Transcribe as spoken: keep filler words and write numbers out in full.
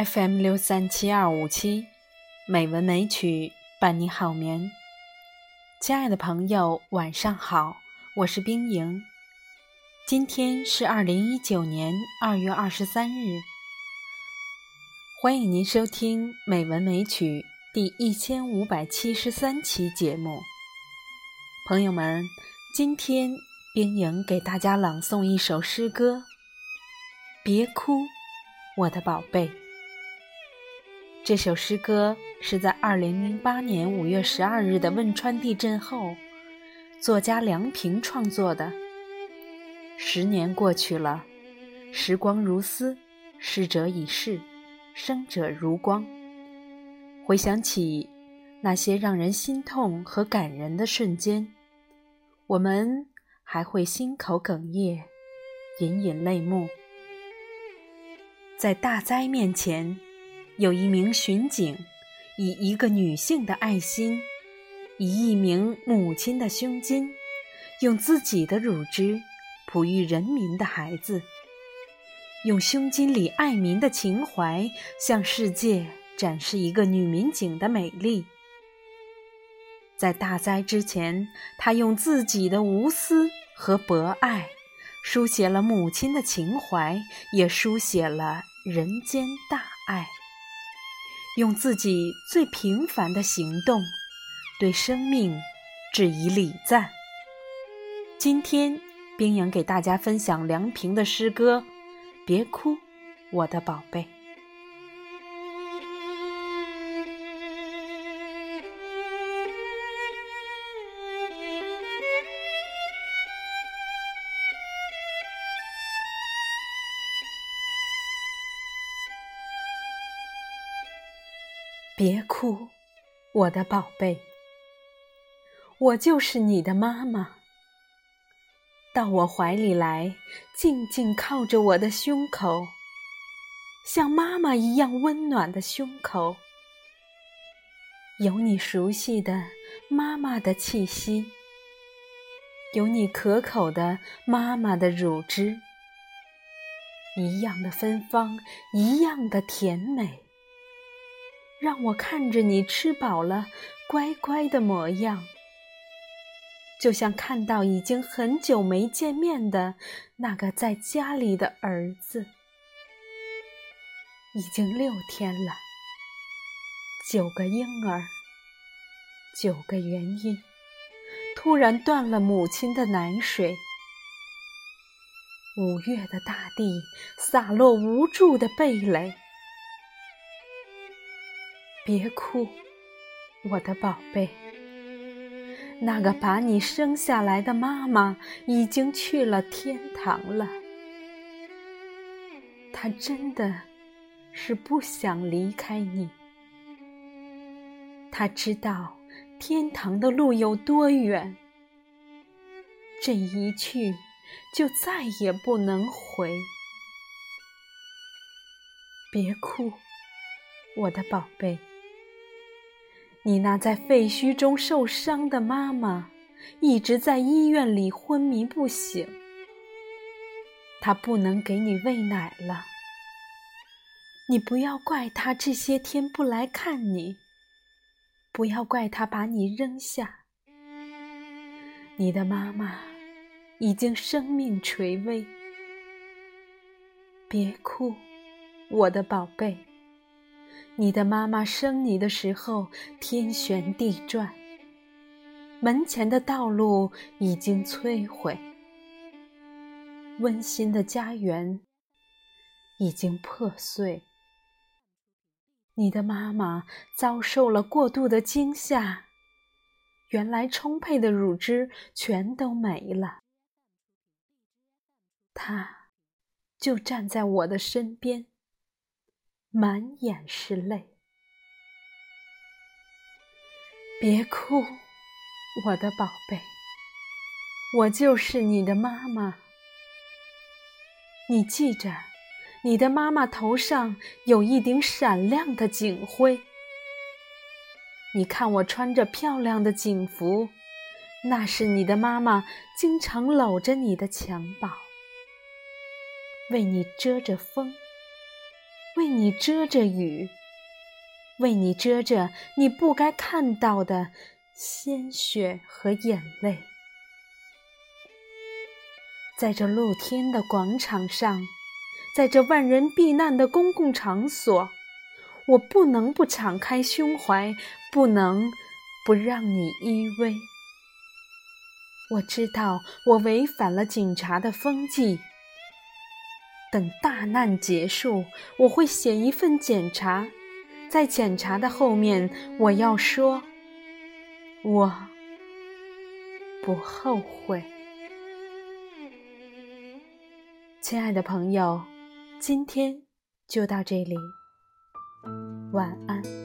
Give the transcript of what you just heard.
F M 六三七二五七，美文美曲伴你好眠。亲爱的朋友，晚上好，我是冰莹。今天是二零一九年二月二十三日，欢迎您收听美文美曲第一千五百七十三期节目。朋友们，今天冰莹给大家朗诵一首诗歌，别哭，我的宝贝。这首诗歌是在二零零八年五月十二日的汶川地震后，作家梁平创作的。十年过去了，时光如斯，逝者已逝，生者如光。回想起那些让人心痛和感人的瞬间，我们还会心口哽咽，隐隐泪目。在大灾面前，有一名巡警以一个女性的爱心，以一名母亲的胸襟，用自己的乳汁哺育人民的孩子，用胸襟里爱民的情怀向世界展示一个女民警的美丽。在大灾之前，她用自己的无私和博爱书写了母亲的情怀，也书写了人间大爱，用自己最平凡的行动对生命致以礼赞。今天冰莹给大家分享梁平的诗歌，别哭，我的宝贝。别哭，我的宝贝，我就是你的妈妈。到我怀里来，静静靠着我的胸口，像妈妈一样温暖的胸口，有你熟悉的妈妈的气息，有你可口的妈妈的乳汁，一样的芬芳，一样的甜美。让我看着你吃饱了乖乖的模样，就像看到已经很久没见面的那个在家里的儿子。已经六天了，九个婴儿，九个原因，突然断了母亲的奶水。五月的大地洒落无助的蓓蕾。别哭，我的宝贝，那个把你生下来的妈妈已经去了天堂了。她真的是不想离开你。她知道天堂的路有多远，这一去就再也不能回。别哭，我的宝贝，你那在废墟中受伤的妈妈一直在医院里昏迷不醒，她不能给你喂奶了。你不要怪她这些天不来看你，不要怪她把你扔下。你的妈妈已经生命垂危。别哭，我的宝贝，你的妈妈生你的时候天旋地转，门前的道路已经摧毁，温馨的家园已经破碎。你的妈妈遭受了过度的惊吓，原来充沛的乳汁全都没了。她就站在我的身边，满眼是泪。别哭，我的宝贝，我就是你的妈妈。你记着，你的妈妈头上有一顶闪亮的警徽。你看我穿着漂亮的警服，那是你的妈妈经常搂着你的襁褓，为你遮着风， 为你遮着雨，为你遮着你不该看到的鲜血和眼泪。在这露天的广场上，在这万人避难的公共场所，我不能不敞开胸怀，不能不让你依偎。我知道我违反了警察的风纪，等大难结束，我会写一份检查，在检查的后面，我要说，我不后悔。亲爱的朋友，今天就到这里，晚安。